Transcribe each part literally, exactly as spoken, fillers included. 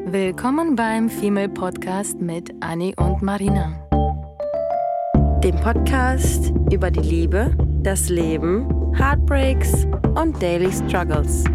Willkommen beim Female Podcast mit Anni und Marina. Dem Podcast über die Liebe, das Leben, Heartbreaks und Daily Struggles.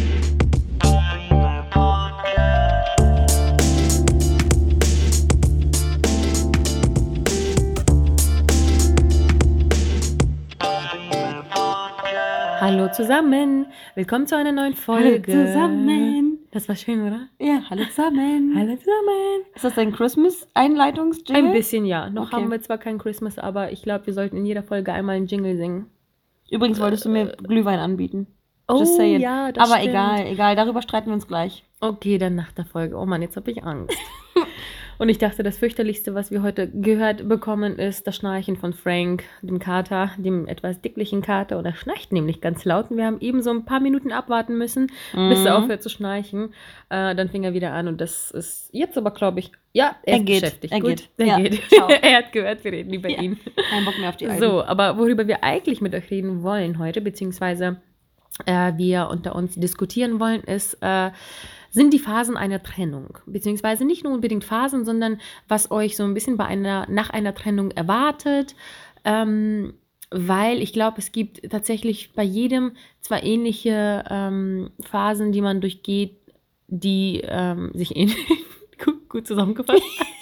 Hallo zusammen, willkommen zu einer neuen Folge. Hallo zusammen. Das war schön, oder? Ja, hallo zusammen. Hallo zusammen. Ist das dein Christmas-Einleitungs-Jingle? Ein bisschen, ja. Noch Okay. haben wir zwar kein Christmas, aber ich glaube, wir sollten in jeder Folge einmal einen Jingle singen. Übrigens wolltest du mir Glühwein anbieten. Oh, Just saying. ja, das Aber stimmt. egal, egal, darüber streiten wir uns gleich. Okay, dann nach der Folge. Oh Mann, jetzt habe ich Angst. Und ich dachte, das fürchterlichste, was wir heute gehört bekommen, ist das Schnarchen von Frank, dem Kater, dem etwas dicklichen Kater. Und er schnarcht nämlich ganz laut. Und wir haben eben so ein paar Minuten abwarten müssen, Mhm. bis er aufhört zu schnarchen. Äh, dann fing er wieder an. Und das ist jetzt aber, glaube ich, ja, er, Er ist geht, beschäftigt. er Gut, geht. Er Ja, geht. ciao. Er hat gehört, wir reden über Ja. ihn. Kein Bock mehr auf die Alten. So, aber worüber wir eigentlich mit euch reden wollen heute, beziehungsweise äh, wir unter uns diskutieren wollen, ist, äh, sind die Phasen einer Trennung. Beziehungsweise nicht nur unbedingt Phasen, sondern was euch so ein bisschen bei einer, nach einer Trennung erwartet. Ähm, weil ich glaube, es gibt tatsächlich bei jedem zwar ähnliche ähm, Phasen, die man durchgeht, die ähm, sich ähneln. gut, gut zusammengefasst.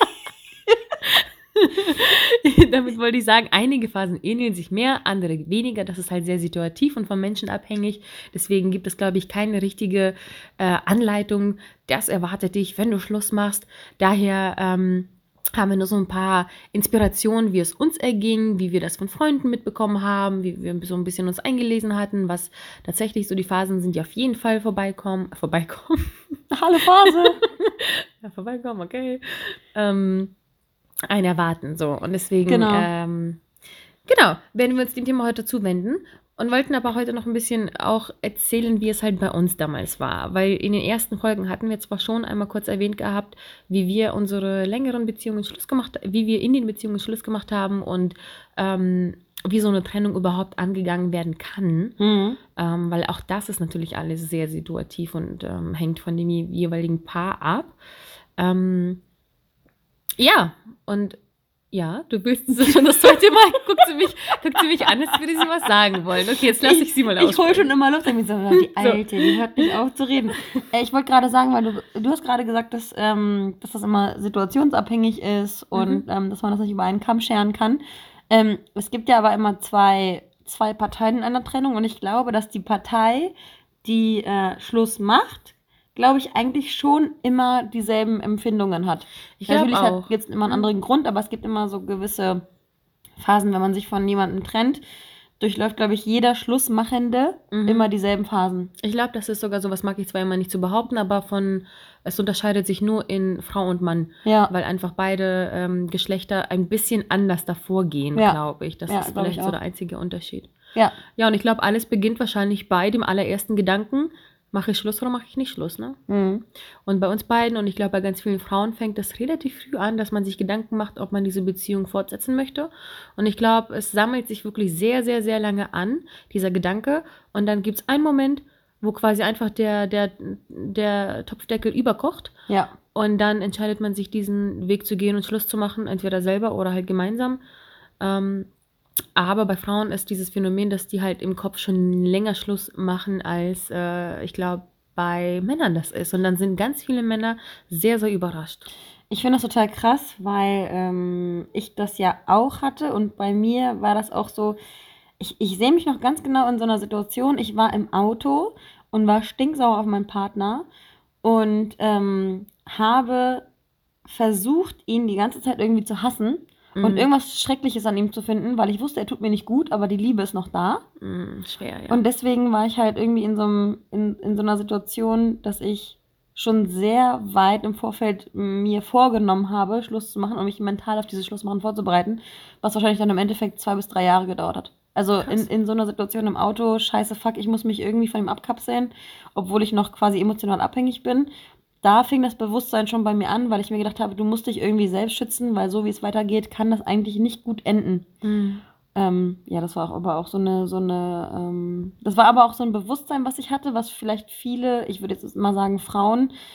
Damit wollte ich sagen, einige Phasen ähneln sich mehr, andere weniger. Das ist halt sehr situativ und vom Menschen abhängig. Deswegen gibt es, glaube ich, keine richtige äh, Anleitung. Das erwartet dich, wenn du Schluss machst. Daher ähm, haben wir nur so ein paar Inspirationen, wie es uns erging, wie wir das von Freunden mitbekommen haben, wie wir so ein bisschen uns eingelesen hatten, was tatsächlich so die Phasen sind, die auf jeden Fall vorbeikommen. Vorbeikommen? Hallo Phase. Ja, vorbeikommen, okay. Ähm, ein erwarten, so. Und deswegen, Genau. ähm, genau, werden wir uns dem Thema heute zuwenden und wollten aber heute noch ein bisschen auch erzählen, wie es halt bei uns damals war. Weil in den ersten Folgen hatten wir zwar schon einmal kurz erwähnt gehabt, wie wir unsere längeren Beziehungen Schluss gemacht, wie wir in den Beziehungen Schluss gemacht haben und ähm, wie so eine Trennung überhaupt angegangen werden kann. Mhm. Ähm, weil auch das ist natürlich alles sehr situativ und ähm, hängt von dem jeweiligen Paar ab. Ähm, Ja, und ja, du willst es schon das zweite Mal, guckt sie mich, guckt sie mich an, als würde sie was sagen wollen. Okay, jetzt lasse ich sie mal aus. Ich hole schon immer Luft, ich so, die Alte, die hört nicht auf zu reden. Äh, ich wollte gerade sagen, weil du, du hast gerade gesagt, dass, ähm, dass das immer situationsabhängig ist und Mhm. ähm, dass man das nicht über einen Kamm scheren kann. Ähm, es gibt ja aber immer zwei, zwei Parteien in einer Trennung und ich glaube, dass die Partei, die äh, Schluss macht, glaube ich, eigentlich schon immer dieselben Empfindungen hat. Ich glaube Natürlich auch. hat jetzt immer einen anderen Grund, aber es gibt immer so gewisse Phasen, wenn man sich von jemandem trennt, durchläuft, glaube ich, jeder Schlussmachende Mhm. immer dieselben Phasen. Ich glaube, das ist sogar so, was mag ich zwar immer nicht zu behaupten, aber von, es unterscheidet sich nur in Frau und Mann, Ja, weil einfach beide ähm, Geschlechter ein bisschen anders davor gehen, Ja. glaube ich. Das Ja, ist glaub ich vielleicht so auch. der einzige Unterschied. ja, Ja, und ich glaube, alles beginnt wahrscheinlich bei dem allerersten Gedanken, mache ich Schluss oder mache ich nicht Schluss, ne? mhm. Und bei uns beiden und ich glaube bei ganz vielen Frauen fängt das relativ früh an, dass man sich Gedanken macht, ob man diese Beziehung fortsetzen möchte. Und ich glaube, es sammelt sich wirklich sehr, sehr, sehr lange an, dieser Gedanke. Und dann gibt es einen Moment, wo quasi einfach der, der, der Topfdeckel überkocht. ja, Und dann entscheidet man sich, diesen Weg zu gehen und Schluss zu machen, entweder selber oder halt gemeinsam. Ähm, aber bei Frauen ist dieses Phänomen, dass die halt im Kopf schon länger Schluss machen, als äh, ich glaube bei Männern das ist. Und dann sind ganz viele Männer sehr, sehr überrascht. Ich finde das total krass, weil ähm, ich das ja auch hatte und bei mir war das auch so, ich, ich sehe mich noch ganz genau in so einer Situation, ich war im Auto und war stinksauer auf meinen Partner und ähm, habe versucht, ihn die ganze Zeit irgendwie zu hassen und Mhm. irgendwas Schreckliches an ihm zu finden, weil ich wusste, er tut mir nicht gut, aber die Liebe ist noch da. Mm, schwer, ja. Und deswegen war ich halt irgendwie in so, einem, in, in so einer Situation, dass ich schon sehr weit im Vorfeld mir vorgenommen habe, Schluss zu machen und mich mental auf dieses Schlussmachen vorzubereiten, was wahrscheinlich dann im Endeffekt zwei bis drei Jahre gedauert hat. Also in, Krass. in so einer Situation im Auto, scheiße, fuck, ich muss mich irgendwie von ihm abkapseln, obwohl ich noch quasi emotional abhängig bin. Da fing das Bewusstsein schon bei mir an, weil ich mir gedacht habe, du musst dich irgendwie selbst schützen, weil so wie es weitergeht, kann das eigentlich nicht gut enden. Mm. Ähm, ja, das war auch, aber auch so eine, so eine, ähm, das war aber auch so ein Bewusstsein, was ich hatte, was vielleicht viele, ich würde jetzt mal sagen Frauen,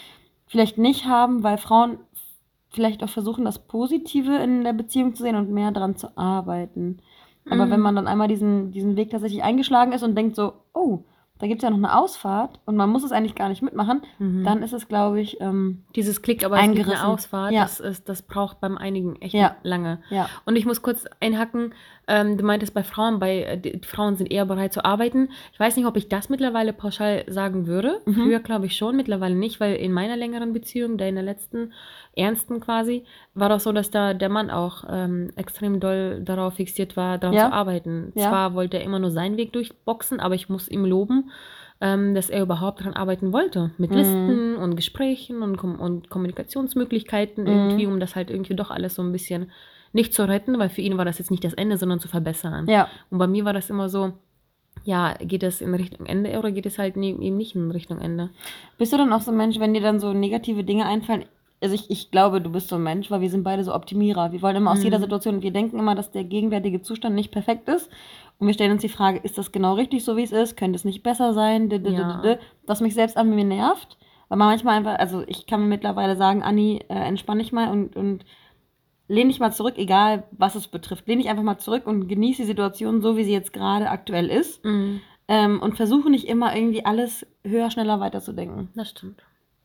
vielleicht nicht haben, weil Frauen vielleicht auch versuchen, das Positive in der Beziehung zu sehen und mehr daran zu arbeiten. Aber Mhm. wenn man dann einmal diesen, diesen Weg tatsächlich eingeschlagen ist und denkt so, oh, da gibt es ja noch eine Ausfahrt und man muss es eigentlich gar nicht mitmachen, Mhm. dann ist es, glaube ich, ähm, Dieses Klick, aber es gibt eine eingerissen. Ausfahrt, Ja. das, ist, das braucht beim einigen echt Ja. lange. ja. Und ich muss kurz einhacken, ähm, du meintest bei Frauen, bei, äh, die die Frauen sind eher bereit zu arbeiten. Ich weiß nicht, ob ich das mittlerweile pauschal sagen würde. Mhm. Früher glaube ich schon, mittlerweile nicht, weil in meiner längeren Beziehung, der in der letzten, ernsten quasi, war das so, dass da der Mann auch ähm, extrem doll darauf fixiert war, daran Ja. zu arbeiten. Ja. Zwar wollte er immer nur seinen Weg durchboxen, aber ich muss ihm loben, ähm, dass er überhaupt daran arbeiten wollte. Mit Mhm. Listen und Gesprächen und, Kom und Kommunikationsmöglichkeiten Mhm. irgendwie, um das halt irgendwie doch alles so ein bisschen nicht zu retten, weil für ihn war das jetzt nicht das Ende, sondern zu verbessern. Ja. Und bei mir war das immer so, ja, geht es in Richtung Ende oder geht es halt ne- eben nicht in Richtung Ende? Bist du dann auch so ein Mensch, wenn dir dann so negative Dinge einfallen? Also ich, ich glaube, du bist so ein Mensch, weil wir sind beide so Optimierer. Wir wollen immer aus Mhm. jeder Situation, wir denken immer, dass der gegenwärtige Zustand nicht perfekt ist. Und wir stellen uns die Frage, ist das genau richtig, so wie es ist? Könnte es nicht besser sein? D- d- d- Ja. d- Was mich selbst an mir nervt. Weil man manchmal einfach, also ich kann mir mittlerweile sagen, Anni, äh, entspann dich mal und, und lehn dich mal zurück, egal was es betrifft. Lehn dich einfach mal zurück und genieße die Situation so, wie sie jetzt gerade aktuell ist. Mhm. Ähm, und versuche nicht immer irgendwie alles höher, schneller weiterzudenken. Das stimmt.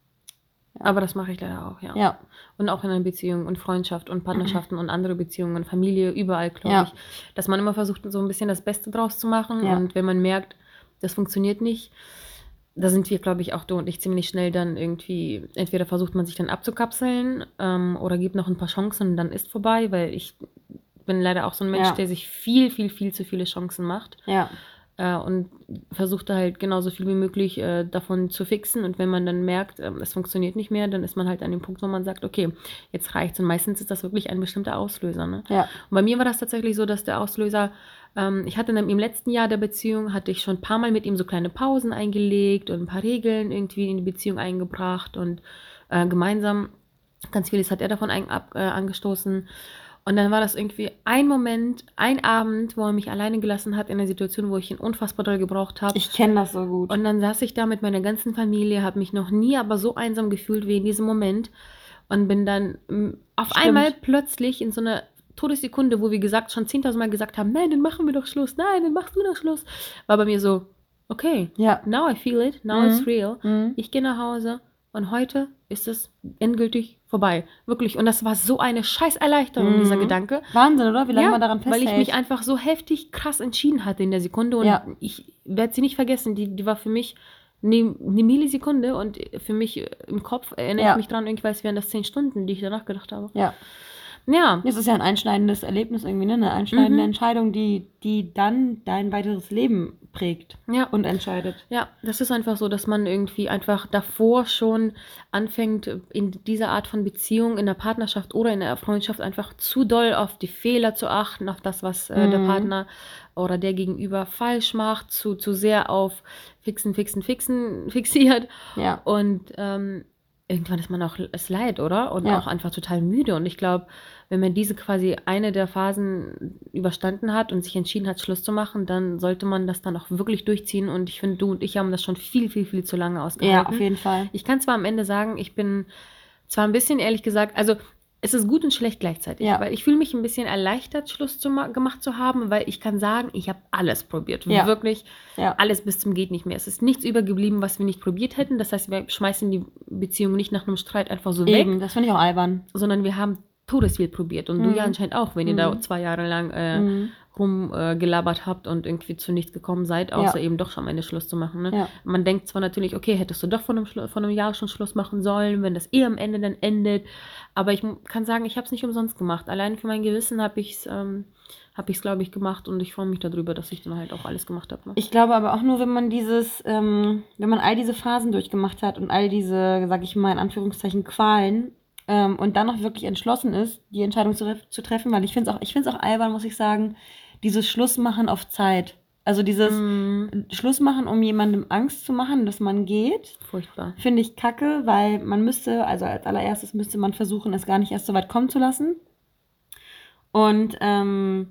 Ja. Aber das mache ich leider auch, ja. Ja. Und auch in einer Beziehung und Freundschaft und Partnerschaften und andere Beziehungen, Familie, überall, glaube Ja. ich. Dass man immer versucht, so ein bisschen das Beste draus zu machen. Ja. Und wenn man merkt, das funktioniert nicht, da sind wir, glaube ich, auch du und ich ziemlich schnell dann irgendwie, entweder versucht man sich dann abzukapseln ähm, oder gibt noch ein paar Chancen und dann ist vorbei, weil ich bin leider auch so ein Mensch, Ja. der sich viel, viel, viel zu viele Chancen macht. Ja. Äh, und versucht da halt genauso viel wie möglich äh, davon zu fixen. Und wenn man dann merkt, ähm, es funktioniert nicht mehr, dann ist man halt an dem Punkt, wo man sagt, okay, jetzt reicht's. Und meistens ist das wirklich ein bestimmter Auslöser. Ne? Ja. Und bei mir war das tatsächlich so, dass der Auslöser, ähm, ich hatte dann im letzten Jahr der Beziehung, hatte ich schon ein paar Mal mit ihm so kleine Pausen eingelegt und ein paar Regeln irgendwie in die Beziehung eingebracht und äh, gemeinsam, ganz vieles hat er davon ein, ab, äh, angestoßen. Und dann war das irgendwie ein Moment, ein Abend, wo er mich alleine gelassen hat in einer Situation, wo ich ihn unfassbar doll gebraucht habe. Ich kenne das so gut. Und dann saß ich da mit meiner ganzen Familie, habe mich noch nie aber so einsam gefühlt wie in diesem Moment und bin dann m, auf Stimmt. einmal plötzlich in so einer Todessekunde, wo wir gesagt schon zehntausend Mal gesagt haben, nein, dann machen wir doch Schluss, nein, dann machst du doch Schluss, war bei mir so, okay, Ja. now I feel it, now Mhm. it's real. Mhm. Ich gehe nach Hause und heute ist es endgültig vorbei. Wirklich. Und das war so eine scheiß Erleichterung, Mhm. dieser Gedanke. Wahnsinn, oder? Wie lange Ja, man daran weil festhält. ich mich einfach so heftig krass entschieden hatte in der Sekunde. Und Ja. ich werde sie nicht vergessen. Die, die war für mich eine, eine Millisekunde. Und für mich im Kopf erinnere Ja. ich mich dran, irgendwie, als wären das zehn Stunden, die ich danach gedacht habe. Ja. Ja. Das ist ja ein einschneidendes Erlebnis irgendwie, ne? Eine einschneidende Mhm. Entscheidung, die, die dann dein weiteres Leben prägt Ja. und entscheidet. Ja, das ist einfach so, dass man irgendwie einfach davor schon anfängt, in dieser Art von Beziehung, in der Partnerschaft oder in der Freundschaft einfach zu doll auf die Fehler zu achten, auf das, was äh, der Mhm. Partner oder der Gegenüber falsch macht, zu, zu sehr auf Fixen, Fixen, Fixen fixiert. Ja. Und ähm, irgendwann ist man auch es leid, oder? Und Ja. auch einfach total müde. Und ich glaube, wenn man diese quasi eine der Phasen überstanden hat und sich entschieden hat, Schluss zu machen, dann sollte man das dann auch wirklich durchziehen. Und ich finde, du und ich haben das schon viel, viel, viel zu lange ausgehalten. Ja, auf jeden Fall. Ich kann zwar am Ende sagen, ich bin zwar ein bisschen, ehrlich gesagt, also es ist gut und schlecht gleichzeitig, Ja. weil ich fühle mich ein bisschen erleichtert, Schluss zu ma- gemacht zu haben, weil ich kann sagen, ich habe alles probiert. Ja. Wirklich Ja. alles bis zum geht nicht mehr. Es ist nichts übergeblieben, was wir nicht probiert hätten. Das heißt, wir schmeißen die Beziehung nicht nach einem Streit einfach so weg, Eben, das finde ich auch albern. sondern wir haben todeswild probiert. Und Mhm. du ja anscheinend auch, wenn ihr Mhm. da zwei Jahre lang äh, Mhm. rumgelabert äh, habt und irgendwie zu nichts gekommen seid, außer eben doch schon am Ende Schluss zu machen. Ne? Ja. Man denkt zwar natürlich, okay, hättest du doch vor einem, Schlu- vor einem Jahr schon Schluss machen sollen, wenn das eh am Ende dann endet. Aber ich mu- kann sagen, ich habe es nicht umsonst gemacht. Allein für mein Gewissen habe ich es, ähm, habe ich es, glaube ich, gemacht und ich freue mich darüber, dass ich dann halt auch alles gemacht habe. Ne? Ich glaube aber auch nur, wenn man dieses, ähm, wenn man all diese Phasen durchgemacht hat und all diese, sag ich mal in Anführungszeichen, Qualen ähm, und dann noch wirklich entschlossen ist, die Entscheidung zu, ref- zu treffen, weil ich finde es auch, ich finde es auch albern, muss ich sagen, dieses Schlussmachen auf Zeit. Also dieses Mhm. Schlussmachen, um jemandem Angst zu machen, dass man geht, Furchtbar. finde ich kacke, weil man müsste, also als allererstes müsste man versuchen, es gar nicht erst so weit kommen zu lassen. Und ähm,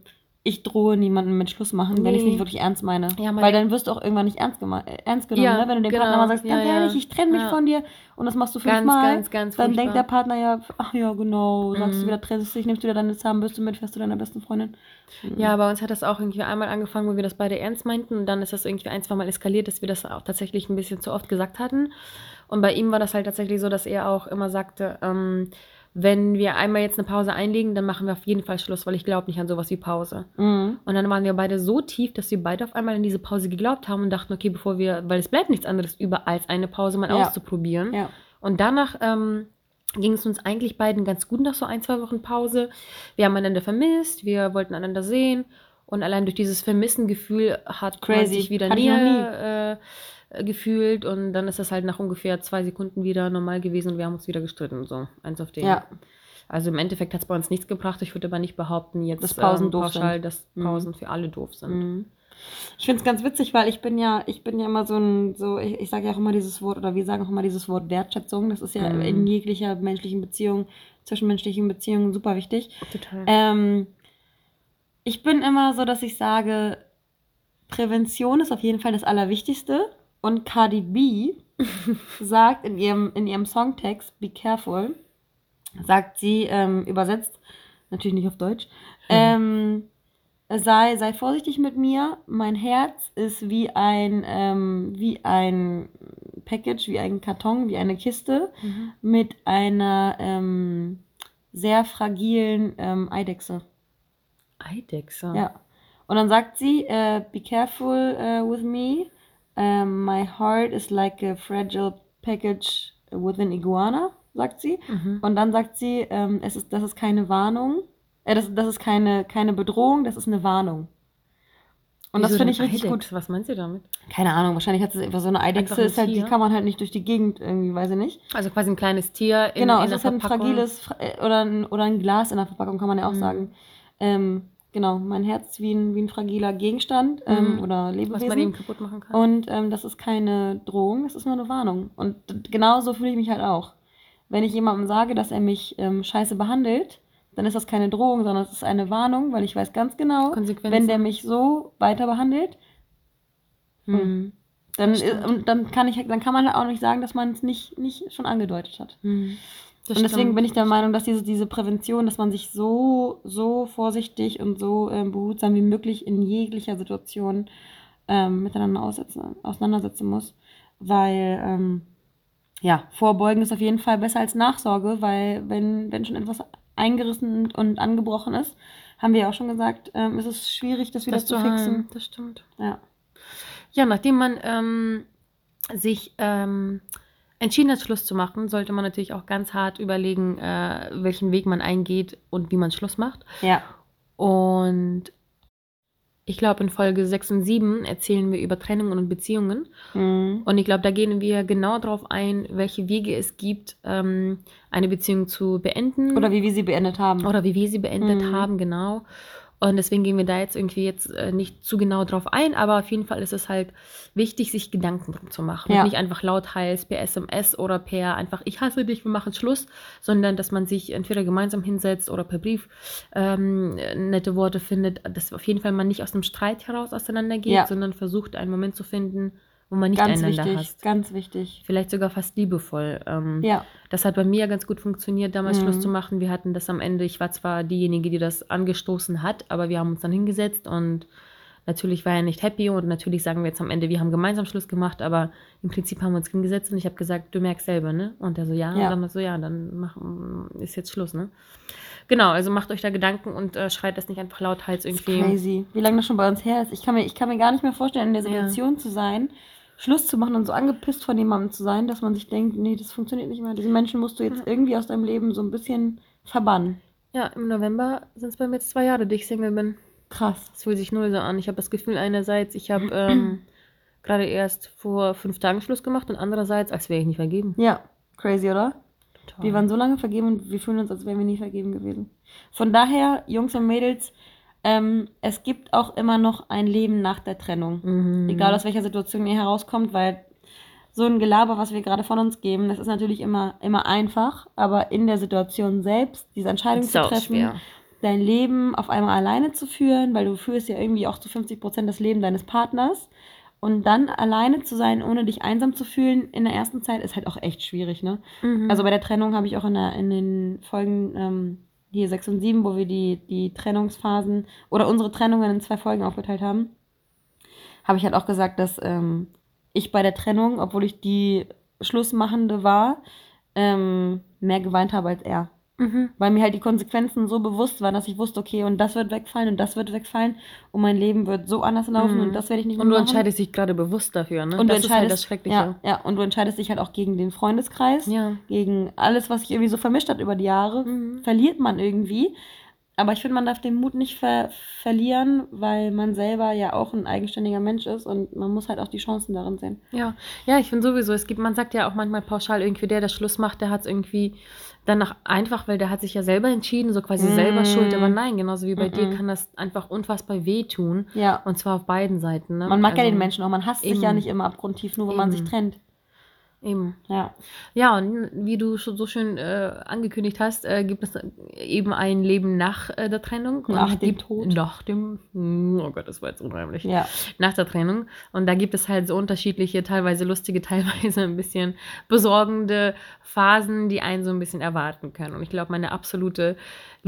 ich drohe niemandem mit Schluss machen, wenn Nee. ich es nicht wirklich ernst meine. Ja, meine- Weil dann wirst du auch irgendwann nicht ernst, gema- äh, ernst genommen, Ja, ne? Wenn du dem genau. Partner mal sagst, ganz Ja, ja. ehrlich, ich trenne mich Ja. von dir und das machst du Ganz, fünfmal, ganz, ganz dann furchtbar. denkt der Partner ja, ach ja, genau, sagst Mhm. du wieder, trennst dich, nimmst du wieder deine Zahnbürste mit, fährst du deiner besten Freundin. Ja, bei uns hat das auch irgendwie einmal angefangen, wo wir das beide ernst meinten und dann ist das irgendwie ein, zwei Mal eskaliert, dass wir das auch tatsächlich ein bisschen zu oft gesagt hatten. Und bei ihm war das halt tatsächlich so, dass er auch immer sagte, ähm, wenn wir einmal jetzt eine Pause einlegen, dann machen wir auf jeden Fall Schluss, weil ich glaube nicht an sowas wie Pause. Mhm. Und dann waren wir beide so tief, dass wir beide auf einmal in diese Pause geglaubt haben und dachten, okay, bevor wir, weil es bleibt nichts anderes über, als eine Pause mal Ja. auszuprobieren. Ja. Und danach ähm, ging es uns eigentlich beiden ganz gut nach so ein, zwei Wochen Pause. Wir haben einander vermisst, wir wollten einander sehen und allein durch dieses Vermissengefühl hat man Crazy. sich wieder Hatte ich noch näher äh, gefühlt und dann ist das halt nach ungefähr zwei Sekunden wieder normal gewesen und wir haben uns wieder gestritten. So, eins auf den. Ja. Also im Endeffekt hat es bei uns nichts gebracht. Ich würde aber nicht behaupten, jetzt Dass Pausen ähm, doof pauschal, sind. dass Mhm. Pausen für alle doof sind. Mhm. Ich finde es ganz witzig, weil ich bin ja, ich bin ja immer so ein, so, ich, ich sage ja auch immer dieses Wort, oder wir sagen auch immer dieses Wort Wertschätzung. Das ist ja Mhm. in jeglicher menschlichen Beziehung, zwischenmenschlichen Beziehungen super wichtig. Total. Ähm, ich bin immer so, dass ich sage, Prävention ist auf jeden Fall das Allerwichtigste. Und Cardi B sagt in ihrem, in ihrem Songtext, Be Careful, sagt sie, ähm, übersetzt, natürlich nicht auf Deutsch, ähm, sei, sei vorsichtig mit mir, mein Herz ist wie ein, ähm, wie ein Package, wie ein Karton, wie eine Kiste Mhm. mit einer ähm, sehr fragilen ähm, Eidechse. Eidechse. Ja. Und dann sagt sie, äh, be careful uh, with me. Um, my heart is like a fragile package with an iguana, sagt sie. Mhm. Und dann sagt sie, ähm, es ist, das ist keine Warnung. Äh, das, das ist keine, keine Bedrohung, das ist eine Warnung. Und das Wieso finde ich denn richtig Eidechse? gut. Was meinst du damit? Keine Ahnung, wahrscheinlich hat sie einfach so eine Eidechse, Einfach ein ist halt, die Tier? kann man halt nicht durch die Gegend irgendwie, weiß ich nicht. Also quasi ein kleines Tier in, Genau, in es der ist halt ein Verpackung. fragiles Fra- äh, oder ein, oder ein Glas in der Verpackung, kann man ja auch Mhm. sagen. Ähm, genau, mein Herz ist wie ein, wie ein fragiler Gegenstand ähm, Mhm. oder Was man eben Lebewesen. kaputt machen kann. Und ähm, das ist keine Drohung, das ist nur eine Warnung. Und d- genauso fühle ich mich halt auch. Wenn ich jemandem sage, dass er mich ähm, scheiße behandelt, dann ist das keine Drohung, sondern es ist eine Warnung, weil ich weiß ganz genau, Konsequenzen. wenn der mich so weiter behandelt, Mhm. dann, Das ist, stimmt. und dann kann ich, dann kann man auch nicht sagen, dass man es nicht, nicht schon angedeutet hat. Mhm. Das Und deswegen stimmt. bin ich der Meinung, dass diese, diese Prävention, dass man sich so, so vorsichtig und so ähm, behutsam wie möglich in jeglicher Situation ähm, miteinander aussetzen, auseinandersetzen muss. Weil, ähm, ja, Vorbeugen ist auf jeden Fall besser als Nachsorge, weil wenn, wenn schon etwas eingerissen und, und angebrochen ist, haben wir ja auch schon gesagt, ähm, ist es schwierig, das wieder das zu zu fixen. heilen. Das stimmt. Ja. Ja, nachdem man ähm, sich ähm, entschieden hat, Schluss zu machen, sollte man natürlich auch ganz hart überlegen, äh, welchen Weg man eingeht und wie man Schluss macht. Ja. Und ich glaube, in Folge sechs und sieben erzählen wir über Trennungen und Beziehungen. Mhm. Und ich glaube, da gehen wir genau darauf ein, welche Wege es gibt, ähm, eine Beziehung zu beenden. Oder wie wir sie beendet haben. Oder wie wir sie beendet Mhm. haben, genau. Und deswegen gehen wir da jetzt irgendwie jetzt äh, nicht zu genau drauf ein, aber auf jeden Fall ist es halt wichtig, sich Gedanken drum zu machen. Ja. Und nicht einfach lauthals per S M S oder per einfach, ich hasse dich, wir machen Schluss, sondern dass man sich entweder gemeinsam hinsetzt oder per Brief ähm, nette Worte findet, dass auf jeden Fall man nicht aus einem Streit heraus auseinandergeht, Ja. sondern versucht, einen Moment zu finden, wo man nicht Ganz einander wichtig, hasst. ganz wichtig. Vielleicht sogar fast liebevoll. Ähm, Ja. Das hat bei mir ganz gut funktioniert, damals Mhm. Schluss zu machen. Wir hatten das am Ende, ich war zwar diejenige, die das angestoßen hat, aber wir haben uns dann hingesetzt und natürlich war er nicht happy und natürlich sagen wir jetzt am Ende, wir haben gemeinsam Schluss gemacht, aber im Prinzip haben wir uns hingesetzt und ich habe gesagt, du merkst selber, ne? Und er so, ja, Ja. und dann so, ja, dann mach, ist jetzt Schluss, ne? Genau, also macht euch da Gedanken und äh, schreit das nicht einfach lauthals Das ist irgendwie. crazy. Wie lange das schon bei uns her ist. Ich kann mir, ich kann mir gar nicht mehr vorstellen, in der Ja. Situation zu sein, Schluss zu machen und so angepisst von jemandem zu sein, dass man sich denkt, nee, das funktioniert nicht mehr. Diesen Menschen musst du jetzt irgendwie aus deinem Leben so ein bisschen verbannen. Ja, im November sind es bei mir jetzt zwei Jahre, die ich Single bin. Krass. Es fühlt sich null so an. Ich habe das Gefühl einerseits, ich habe ähm, gerade erst vor fünf Tagen Schluss gemacht und andererseits, als wäre ich nicht vergeben. Ja, crazy, oder? Total. Wir waren so lange vergeben und wir fühlen uns, als wären wir nie vergeben gewesen. Von daher, Jungs und Mädels, ähm, es gibt auch immer noch ein Leben nach der Trennung. Mhm. Egal aus welcher Situation ihr herauskommt, weil so ein Gelaber, was wir gerade von uns geben, das ist natürlich immer, immer einfach, aber in der Situation selbst, diese Entscheidung zu Sau treffen, schwer. dein Leben auf einmal alleine zu führen, weil du führst ja irgendwie auch zu fünfzig Prozent das Leben deines Partners. Und dann alleine zu sein, ohne dich einsam zu fühlen in der ersten Zeit, ist halt auch echt schwierig, ne? Mhm. Also bei der Trennung habe ich auch in, der, in den Folgen ähm, hier sechs und sieben, wo wir die, die Trennungsphasen oder unsere Trennungen in zwei Folgen aufgeteilt haben, habe ich halt auch gesagt, dass ähm, ich bei der Trennung, obwohl ich die Schlussmachende war, ähm, mehr geweint habe als er. Mhm. Weil mir halt die Konsequenzen so bewusst waren, dass ich wusste, okay, und das wird wegfallen und das wird wegfallen und mein Leben wird so anders laufen Mhm. und das werde ich nicht mehr Und du machen. entscheidest dich gerade bewusst dafür, ne? Und das du ist halt entscheidest, das Schreckliche. ja, ja, und du entscheidest dich halt auch gegen den Freundeskreis, Ja. gegen alles, was sich irgendwie so vermischt hat über die Jahre, Mhm. verliert man irgendwie. Aber ich finde, man darf den Mut nicht ver verlieren, weil man selber ja auch ein eigenständiger Mensch ist und man muss halt auch die Chancen darin sehen. Ja, ja, ich finde sowieso, es gibt, man sagt ja auch manchmal pauschal, irgendwie der, der Schluss macht, der hat es irgendwie danach einfach, weil der hat sich ja selber entschieden, so quasi Mm. selber schuld, aber nein, genauso wie bei Mm-mm. dir kann das einfach unfassbar wehtun Ja. und zwar auf beiden Seiten, ne? Man mag ja Also, den Menschen auch, man hasst sich eben. ja nicht immer abgrundtief, nur wenn man Eben. sich trennt. Eben. Ja. Ja, und wie du schon so schön äh, angekündigt hast, äh, gibt es eben ein Leben nach äh, der Trennung. Nach und dem gibt, Tod. Nach dem, oh Gott, das war jetzt unheimlich. Ja. Nach der Trennung. Und da gibt es halt so unterschiedliche, teilweise lustige, teilweise ein bisschen besorgende Phasen, die einen so ein bisschen erwarten können. Und ich glaube, meine absolute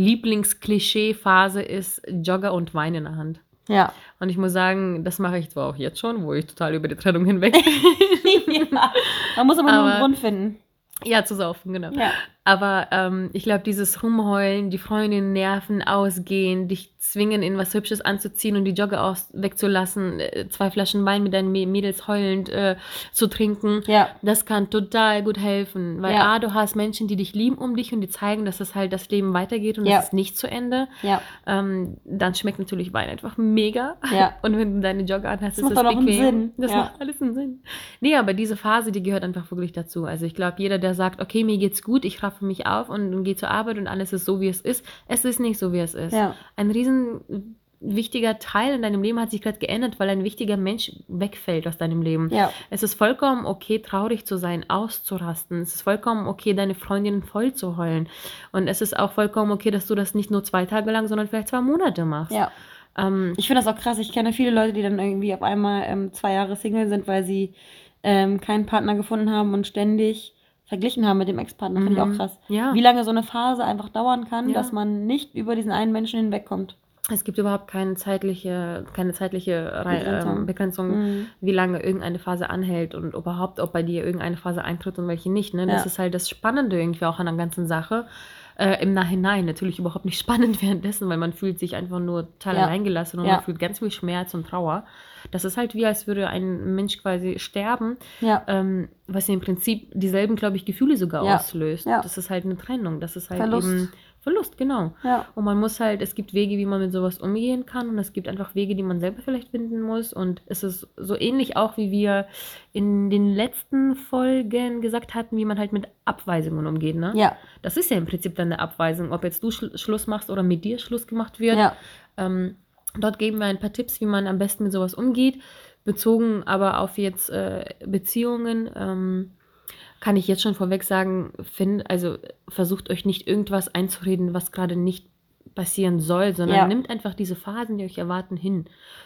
Lieblingsklischee-Phase ist Jogger und Wein in der Hand. Ja. Und ich muss sagen, das mache ich zwar auch jetzt schon, wo ich total über die Trennung hinweg bin. Ja. Man muss aber nur einen Aber- Grund finden. Ja, zu saufen, genau. Ja. Aber ähm, ich glaube, dieses Rumheulen, die Freundin nerven, ausgehen, dich zwingen, in was Hübsches anzuziehen und die Jogger aus wegzulassen, äh, zwei Flaschen Wein mit deinen Mä- Mädels heulend äh, zu trinken, Ja. das kann total gut helfen. Weil Ja. A, du hast Menschen, die dich lieben um dich und die zeigen, dass es halt das Leben weitergeht und Ja. es ist nicht zu Ende. Ja. Ähm, dann schmeckt natürlich Wein einfach mega. Ja. Und wenn du deine Jogger anhast, Das ist macht es auch noch einen bequem. Sinn. Das Ja. macht alles einen Sinn. Nee, aber diese Phase, die gehört einfach wirklich dazu. Also ich glaube, jeder, der sagt, okay, mir geht's gut, ich raffe mich auf und, und gehe zur Arbeit und alles ist so, wie es ist. Es ist nicht so, wie es ist. Ja. Ein riesen wichtiger Teil in deinem Leben hat sich gerade geändert, weil ein wichtiger Mensch wegfällt aus deinem Leben. Ja. Es ist vollkommen okay, traurig zu sein, auszurasten. Es ist vollkommen okay, deine Freundin voll zu heulen. Und es ist auch vollkommen okay, dass du das nicht nur zwei Tage lang, sondern vielleicht zwei Monate machst. Ja. Ähm, Ich finde das auch krass. Ich kenne viele Leute, die dann irgendwie auf einmal ähm, zwei Jahre Single sind, weil sie ähm, keinen Partner gefunden haben und ständig verglichen haben mit dem Ex-Partner. Finde ich Mhm. auch krass. Ja. Wie lange so eine Phase einfach dauern kann, Ja. dass man nicht über diesen einen Menschen hinwegkommt. Es gibt überhaupt keine zeitliche, keine zeitliche Rei- Begrenzung. ähm, Begrenzung, Mhm. wie lange irgendeine Phase anhält und überhaupt, ob bei dir irgendeine Phase eintritt und welche nicht. Ne? Das Ja. ist halt das Spannende irgendwie auch an der ganzen Sache. Äh, Im Nachhinein natürlich überhaupt nicht spannend währenddessen, weil man fühlt sich einfach nur total Ja. alleingelassen und Ja. man fühlt ganz viel Schmerz und Trauer. Das ist halt wie, als würde ein Mensch quasi sterben, Ja. ähm, was im Prinzip dieselben, glaube ich, Gefühle sogar Ja. auslöst. Ja. Das ist halt eine Trennung. Das ist halt Verlust. eben Verlust, genau. Ja. Und man muss halt, es gibt Wege, wie man mit sowas umgehen kann und es gibt einfach Wege, die man selber vielleicht finden muss und es ist so ähnlich auch, wie wir in den letzten Folgen gesagt hatten, wie man halt mit Abweisungen umgeht, ne? Ja. Das ist ja im Prinzip dann eine Abweisung, ob jetzt du Schl Schluss machst oder mit dir Schluss gemacht wird. Ja. Ähm, dort geben wir ein paar Tipps, wie man am besten mit sowas umgeht, bezogen aber auf jetzt äh, Beziehungen, ähm, kann ich jetzt schon vorweg sagen, find, also versucht euch nicht irgendwas einzureden, was gerade nicht passieren soll, sondern Ja. nimmt einfach diese Phasen, die euch erwarten, hin.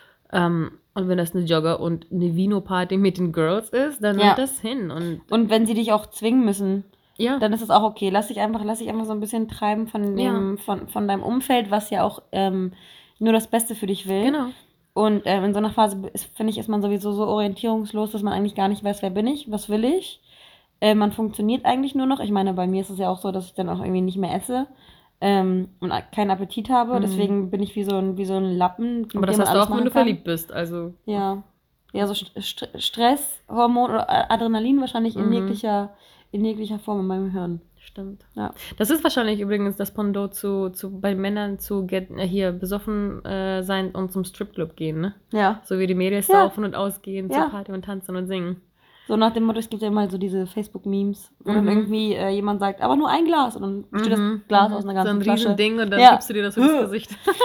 Ähm, und wenn das eine Jogger- und eine Vino-Party mit den Girls ist, dann Ja. nimmt das hin. Und Und wenn sie dich auch zwingen müssen, ja, dann ist es auch okay. Lass dich einfach, lass dich einfach so ein bisschen treiben von dem, von, von deinem Umfeld, was ja auch ähm, nur das Beste für dich will. genau. Und ähm, in so einer Phase, ist, finde ich, ist man sowieso so orientierungslos, dass man eigentlich gar nicht weiß, wer bin ich, was will ich. Äh, man funktioniert eigentlich nur noch. Ich meine, bei mir ist es ja auch so, dass ich dann auch irgendwie nicht mehr esse ähm, und keinen Appetit habe. Mhm. Deswegen bin ich wie so ein, wie so ein Lappen. mit Aber das dem man hast du alles auch, wenn machen du kann. verliebt bist. Also Ja. Ja, so St St Stress, Hormon oder Adrenalin wahrscheinlich in Mhm. jeglicher, in jeglicher Form in meinem Hirn. stimmt. Ja. Das ist wahrscheinlich übrigens das Pendant zu, zu bei Männern zu get, äh, hier besoffen äh, sein und zum Stripclub gehen, ne? Ja. So wie die Mädels Ja. saufen und ausgehen, Ja. zur Party und tanzen und singen. So nach dem Motto, es gibt ja immer so diese Facebook-Memes, wo dann Mhm. irgendwie äh, jemand sagt, aber nur ein Glas und dann besteht das Glas aus einer ganzen so ein Flasche. Riesending und dann Ja. gibst du dir das ins Gesicht.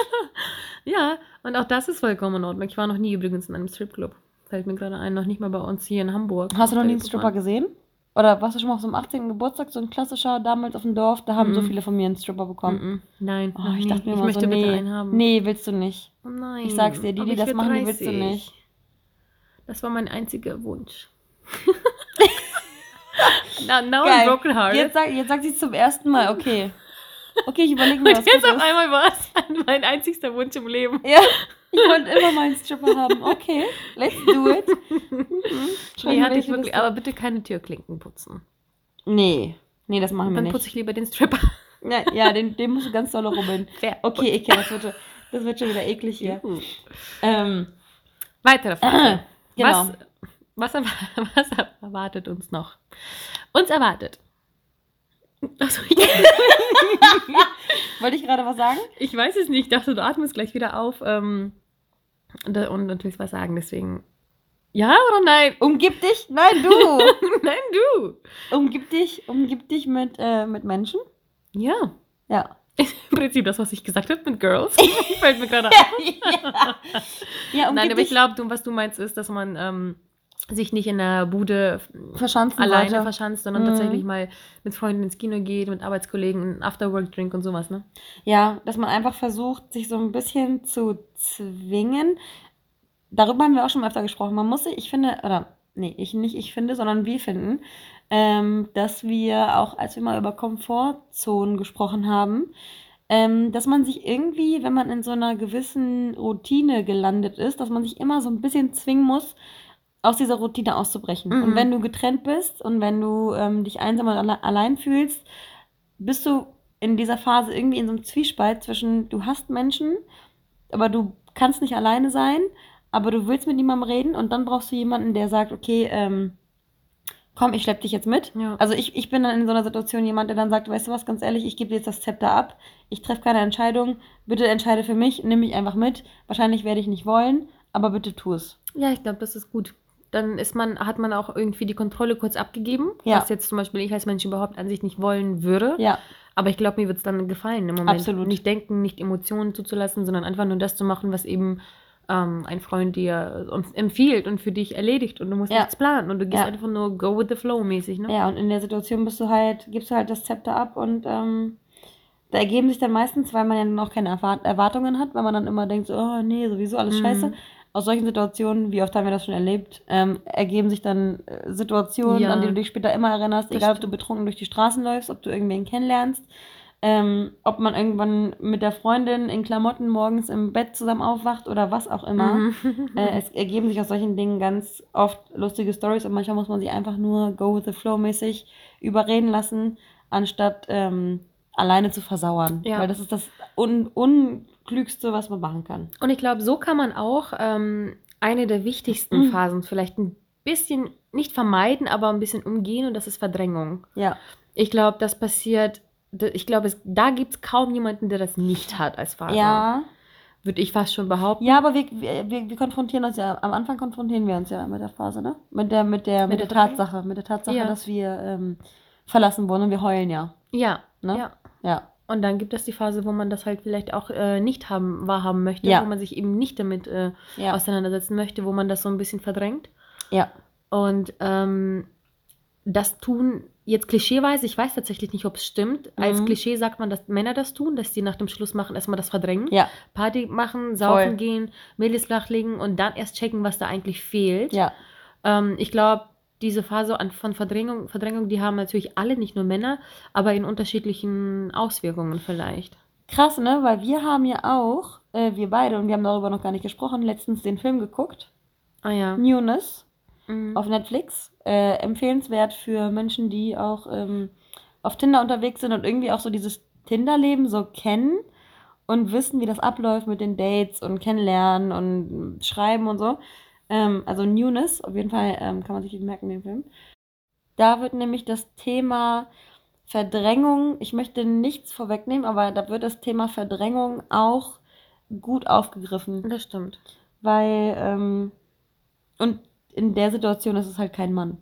Ja, und auch das ist vollkommen in Ordnung. Ich war noch nie übrigens in einem Stripclub. Fällt mir gerade ein, noch nicht mal bei uns hier in Hamburg. Hast du noch nie einen Da Stripper gesehen? Oder warst du schon mal auf so einem achtzehnten Geburtstag, so ein klassischer, damals auf dem Dorf, da haben Mhm. so viele von mir einen Stripper bekommen. Mhm. Nein, Oh, noch ich nie. dachte mir ich immer möchte so, bitte nee, einen haben. nee, willst du nicht. Oh nein. Ich sag's dir, die, aber die ich das werd machen, die willst du dreißig. nicht. Das war mein einziger Wunsch. now now I'm Geil. broken hearted. Jetzt sagt, jetzt sagt sie es zum ersten Mal, okay. Okay, ich überlege mir Und was jetzt auf Gutes. einmal war es mein einzigster Wunsch im Leben. Ja, ich wollte immer mal einen Stripper haben. Okay, let's do it. Mhm. Schreib Nee, mir hatte ich welche wirklich, Liste. aber bitte keine Türklinken putzen. Nee, nee, das machen wir Dann nicht. putze ich lieber den Stripper. Ja, ja den, den musst du ganz doll rubbeln. Fair. Okay, Ike, das wird, schon- das wird schon wieder eklig hier. Juhu. Ähm, Weitere Frage. genau. Was, was, erwa- was erwartet uns noch? Uns erwartet. Achso, ich, Wollte ich gerade was sagen? ich weiß es nicht. Ich dachte, du atmest gleich wieder auf ähm, und, und natürlich was sagen. Deswegen. Ja oder nein? Umgib dich, nein, du. Nein, du. Umgib dich, umgib dich mit, äh, mit Menschen. Ja. Ja. Im Prinzip das, was ich gesagt habe mit Girls. Fällt mir gerade auf. ja. ja, umgib Nein, aber ich dich. glaube, du, was du meinst, ist, dass man ähm, sich nicht in der Bude Verschanzen alleine sollte. verschanzt, sondern Mhm. tatsächlich mal mit Freunden ins Kino geht, mit Arbeitskollegen, einen Afterwork-Drink und sowas, ne? Ja, dass man einfach versucht, sich so ein bisschen zu zwingen. Darüber haben wir auch schon mal öfter gesprochen. Man muss sich, ich finde, oder nee, ich nicht ich finde, sondern wir finden, ähm, dass wir auch, als wir mal über Komfortzonen gesprochen haben, ähm, dass man sich irgendwie, wenn man in so einer gewissen Routine gelandet ist, dass man sich immer so ein bisschen zwingen muss, aus dieser Routine auszubrechen. Mhm. Und wenn du getrennt bist und wenn du ähm, dich einsam und alle allein fühlst, bist du in dieser Phase irgendwie in so einem Zwiespalt zwischen, du hast Menschen, aber du kannst nicht alleine sein, aber du willst mit niemandem reden und dann brauchst du jemanden, der sagt, okay, ähm, komm, ich schlepp dich jetzt mit. Ja. Also ich, ich bin dann in so einer Situation jemand, der dann sagt, weißt du was, ganz ehrlich, ich gebe dir jetzt das Zepter ab, ich treffe keine Entscheidung, bitte entscheide für mich, nimm mich einfach mit. Wahrscheinlich werde ich nicht wollen, aber bitte tu es. Ja, ich glaube, das ist gut. Dann ist man, hat man auch irgendwie die Kontrolle kurz abgegeben, Ja. was jetzt zum Beispiel ich als Mensch überhaupt an sich nicht wollen würde. Ja, Aber ich glaube, mir wird es dann gefallen, im Moment Absolut. nicht denken, nicht Emotionen zuzulassen, sondern einfach nur das zu machen, was eben ähm, ein Freund dir uns empfiehlt und für dich erledigt und du musst Ja. nichts planen und du gehst Ja. einfach nur go with the flow mäßig, ne? ja, und in der Situation bist du halt, gibst du halt das Zepter ab und ähm, da ergeben sich dann meistens, weil man ja noch keine Erwart- Erwartungen hat, weil man dann immer denkt, so, oh nee, sowieso alles Mhm. scheiße. Aus solchen Situationen, wie oft haben wir das schon erlebt, ähm, ergeben sich dann äh, Situationen, Ja. an die du dich später immer erinnerst, Das egal ob stimmt. du betrunken durch die Straßen läufst, ob du irgendwen kennenlernst, ähm, ob man irgendwann mit der Freundin in Klamotten morgens im Bett zusammen aufwacht oder was auch immer. Mhm. Äh, es ergeben sich aus solchen Dingen ganz oft lustige Stories und manchmal muss man sich einfach nur go with the flow mäßig überreden lassen, anstatt ähm, alleine zu versauern. Ja. Weil das ist das un Unklügste, was man machen kann. Und ich glaube, so kann man auch ähm, eine der wichtigsten Mhm. Phasen vielleicht ein bisschen, nicht vermeiden, aber ein bisschen umgehen und das ist Verdrängung. Ja. Ich glaube, das passiert, d- ich glaube, es- da gibt es kaum jemanden, der das nicht hat als Phase. Ja. Würde ich fast schon behaupten. Ja, aber wir, wir, wir wir konfrontieren uns ja, am Anfang konfrontieren wir uns ja mit der Phase, ne? Mit der, mit der, mit Mit der der Tatsache, mit der Tatsache, Ja. dass wir ähm, verlassen wurden und wir heulen ja. Ja, Ne? ja. Ja. Und dann gibt es die Phase, wo man das halt vielleicht auch äh, nicht haben, wahrhaben möchte, Ja. wo man sich eben nicht damit äh, Ja. auseinandersetzen möchte, wo man das so ein bisschen verdrängt. Ja. Und ähm, das tun jetzt klischeeweise, ich weiß tatsächlich nicht, ob es stimmt. Als Mhm. Klischee sagt man, dass Männer das tun, dass die nach dem Schluss machen, erstmal das verdrängen. Ja. Party machen, saufen Voll. gehen, Mädels flachlegen und dann erst checken, was da eigentlich fehlt. Ja. Ähm, ich glaube, diese Phase an, von Verdrängung, Verdrängung, die haben natürlich alle, nicht nur Männer, aber in unterschiedlichen Auswirkungen vielleicht. Krass, ne? Weil wir haben ja auch, äh, wir beide, und wir haben darüber noch gar nicht gesprochen, letztens den Film geguckt. Ah ja. Newness Mhm. auf Netflix. Äh, empfehlenswert für Menschen, die auch ähm, auf Tinder unterwegs sind und irgendwie auch so dieses Tinder-Leben so kennen und wissen, wie das abläuft mit den Dates und Kennenlernen und Schreiben und so. Ähm, also Newness, auf jeden Fall ähm, kann man sich merken, den Film. Da wird nämlich das Thema Verdrängung, ich möchte nichts vorwegnehmen, aber da wird das Thema Verdrängung auch gut aufgegriffen. Das stimmt. Weil, ähm, und in der Situation ist es halt kein Mann.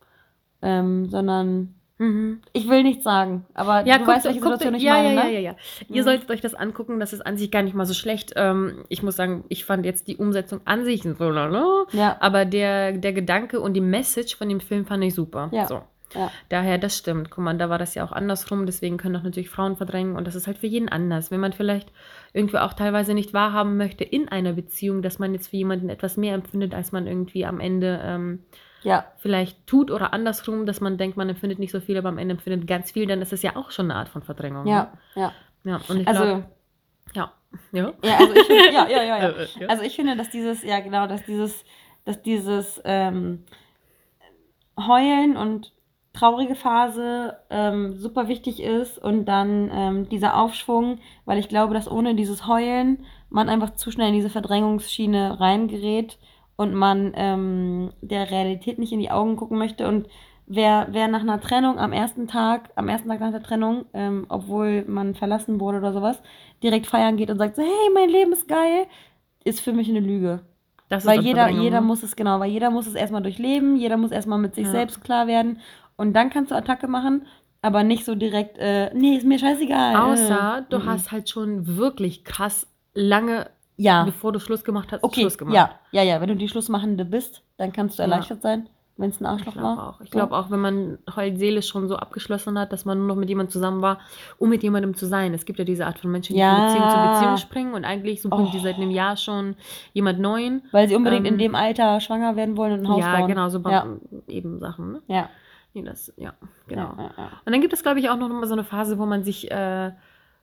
Ähm, sondern, Mhm. ich will nichts sagen, aber Ja, du guckt, weißt, welche guckt, Situation ich ja, meine, ja, ne? ja, ja, ja. Ihr Mhm. solltet euch das angucken, das ist an sich gar nicht mal so schlecht. Ähm, ich muss sagen, ich fand jetzt die Umsetzung an sich so, ne? Ja. Aber der, der Gedanke und die Message von dem Film fand ich super. Ja. So. Ja. Daher, das stimmt. Guck mal, da war das ja auch andersrum, deswegen können auch natürlich Frauen verdrängen und das ist halt für jeden anders. Wenn man vielleicht irgendwie auch teilweise nicht wahrhaben möchte in einer Beziehung, dass man jetzt für jemanden etwas mehr empfindet, als man irgendwie am Ende ähm, Ja. vielleicht tut oder andersrum, dass man denkt, man empfindet nicht so viel, aber am Ende empfindet ganz viel, dann ist das ja auch schon eine Art von Verdrängung. Ja, ja. Ne? Ja, und ich Also, glaube, ja. Ja. ja, also ich finde, ja, ja, ja, ja. Äh, ja. Also ich finde, dass dieses, ja genau, dass dieses, dass dieses ähm, Heulen und traurige Phase ähm, super wichtig ist und dann ähm, dieser Aufschwung, weil ich glaube, dass ohne dieses Heulen man einfach zu schnell in diese Verdrängungsschiene reingerät und man ähm, der Realität nicht in die Augen gucken möchte und wer, wer nach einer Trennung am ersten Tag, am ersten Tag nach der Trennung, ähm, obwohl man verlassen wurde oder sowas, direkt feiern geht und sagt so, hey, mein Leben ist geil, ist für mich eine Lüge. Das ist Weil dann jeder, Verdrängung, jeder ne? muss es, genau, weil jeder muss es erstmal durchleben, jeder muss erstmal mit sich Ja. selbst klar werden und dann kannst du Attacke machen, aber nicht so direkt, äh, nee, ist mir scheißegal. Außer du Mhm. hast halt schon wirklich krass lange, Ja, bevor du Schluss gemacht hast, okay, Schluss gemacht. ja, ja, ja, wenn du die Schlussmachende bist, dann kannst du Ja. erleichtert sein, wenn es ein Ich Arschloch glaube war. auch. Ich So. glaube auch, wenn man halt seelisch schon so abgeschlossen hat, dass man nur noch mit jemandem zusammen war, um mit jemandem zu sein. Es gibt ja diese Art von Menschen, die Ja. von Beziehung zu Beziehung springen und eigentlich suchen Oh. die seit einem Jahr schon jemand Neuen. Weil sie unbedingt Ähm, in dem Alter schwanger werden wollen und ein Haus ja, bauen. genau, so Ja, eben Sachen. Ne? ja, Nee, das, ja, genau. ja, ja, ja. Und dann gibt es, glaube ich, auch noch mal so eine Phase, wo man sich äh,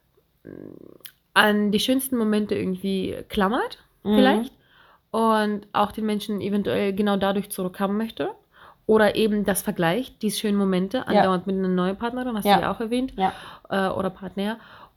an die schönsten Momente irgendwie klammert, Mhm. vielleicht. Und auch den Menschen eventuell genau dadurch zurückhaben möchte. Oder eben das vergleicht, die schönen Momente, andauernd mit einer neuen Partnerin, hast Ja. du ja auch erwähnt, Ja. äh, oder Partner.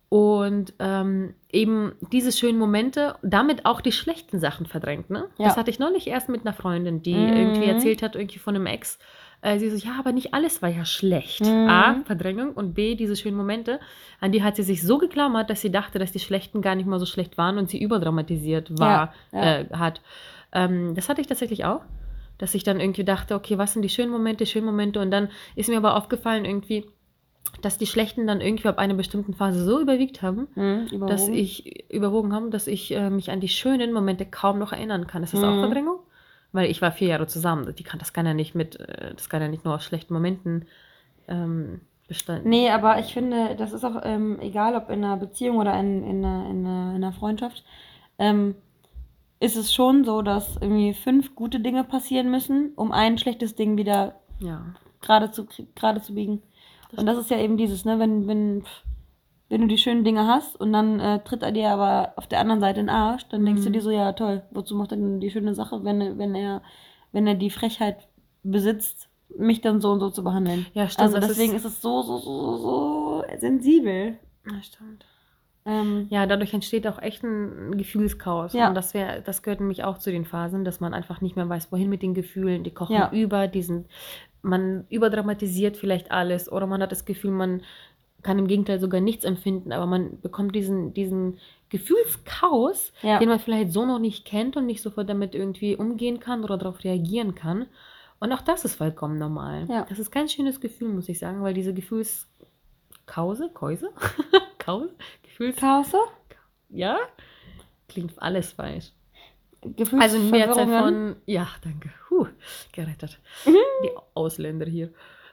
Und ähm, eben diese schönen Momente, damit auch die schlechten Sachen verdrängt. Ne? Ja. Das hatte ich neulich erst mit einer Freundin, die Mhm. irgendwie erzählt hat, irgendwie von einem Ex. Äh, sie so, ja, aber nicht alles war ja schlecht. Mhm. A, Verdrängung und B, diese schönen Momente. An die hat sie sich so geklammert, dass sie dachte, dass die schlechten gar nicht mal so schlecht waren und sie überdramatisiert war, Ja, ja. Äh, hat. Ähm, das hatte ich tatsächlich auch. Dass ich dann irgendwie dachte, okay, was sind die schönen Momente, schönen Momente? Und dann ist mir aber aufgefallen irgendwie, dass die schlechten dann irgendwie ab einer bestimmten Phase so überwiegt haben, Mhm. Überwogen. dass ich überwogen haben, dass ich äh, mich an die schönen Momente kaum noch erinnern kann. Ist das auch Mhm. Verdrängung? Weil ich war vier Jahre zusammen. Die kann, das kann ja nicht mit, äh, das kann ja nicht nur aus schlechten Momenten ähm, bestanden. Nee, aber ich finde, das ist auch ähm, egal, ob in einer Beziehung oder in, in, einer, in, einer, in einer Freundschaft, ähm, ist es schon so, dass irgendwie fünf gute Dinge passieren müssen, um ein schlechtes Ding wieder Ja. gerade zu, krie- gerade zu biegen. Und das ist ja eben dieses, ne, wenn, wenn, wenn du die schönen Dinge hast und dann äh, tritt er dir aber auf der anderen Seite in den Arsch, dann denkst du Mhm. dir so, ja toll, wozu macht er denn die schöne Sache, wenn, wenn er, wenn er die Frechheit besitzt, mich dann so und so zu behandeln. Ja, stimmt. Also das deswegen ist, es so, so, so, so sensibel. Ja, stimmt. Ähm, Ja, dadurch entsteht auch echt ein Gefühlschaos. Ja. Und das wäre, das gehört nämlich auch zu den Phasen, dass man einfach nicht mehr weiß, wohin mit den Gefühlen. Die kochen Ja. über, diesen, man überdramatisiert vielleicht alles oder man hat das Gefühl, man kann im Gegenteil sogar nichts empfinden, aber man bekommt diesen, diesen Gefühlschaos, Ja. den man vielleicht so noch nicht kennt und nicht sofort damit irgendwie umgehen kann oder darauf reagieren kann. Und auch das ist vollkommen normal. Ja. Das ist kein schönes Gefühl, muss ich sagen, weil diese Gefühlskause, Käuse? Kause? Gefühls... Chaos? Ja? Klingt alles falsch. Also Gefühlsverwirrungen. Mehrzahl von... Ja, danke. Huh, gerettet. Mhm. Die Ausländer hier.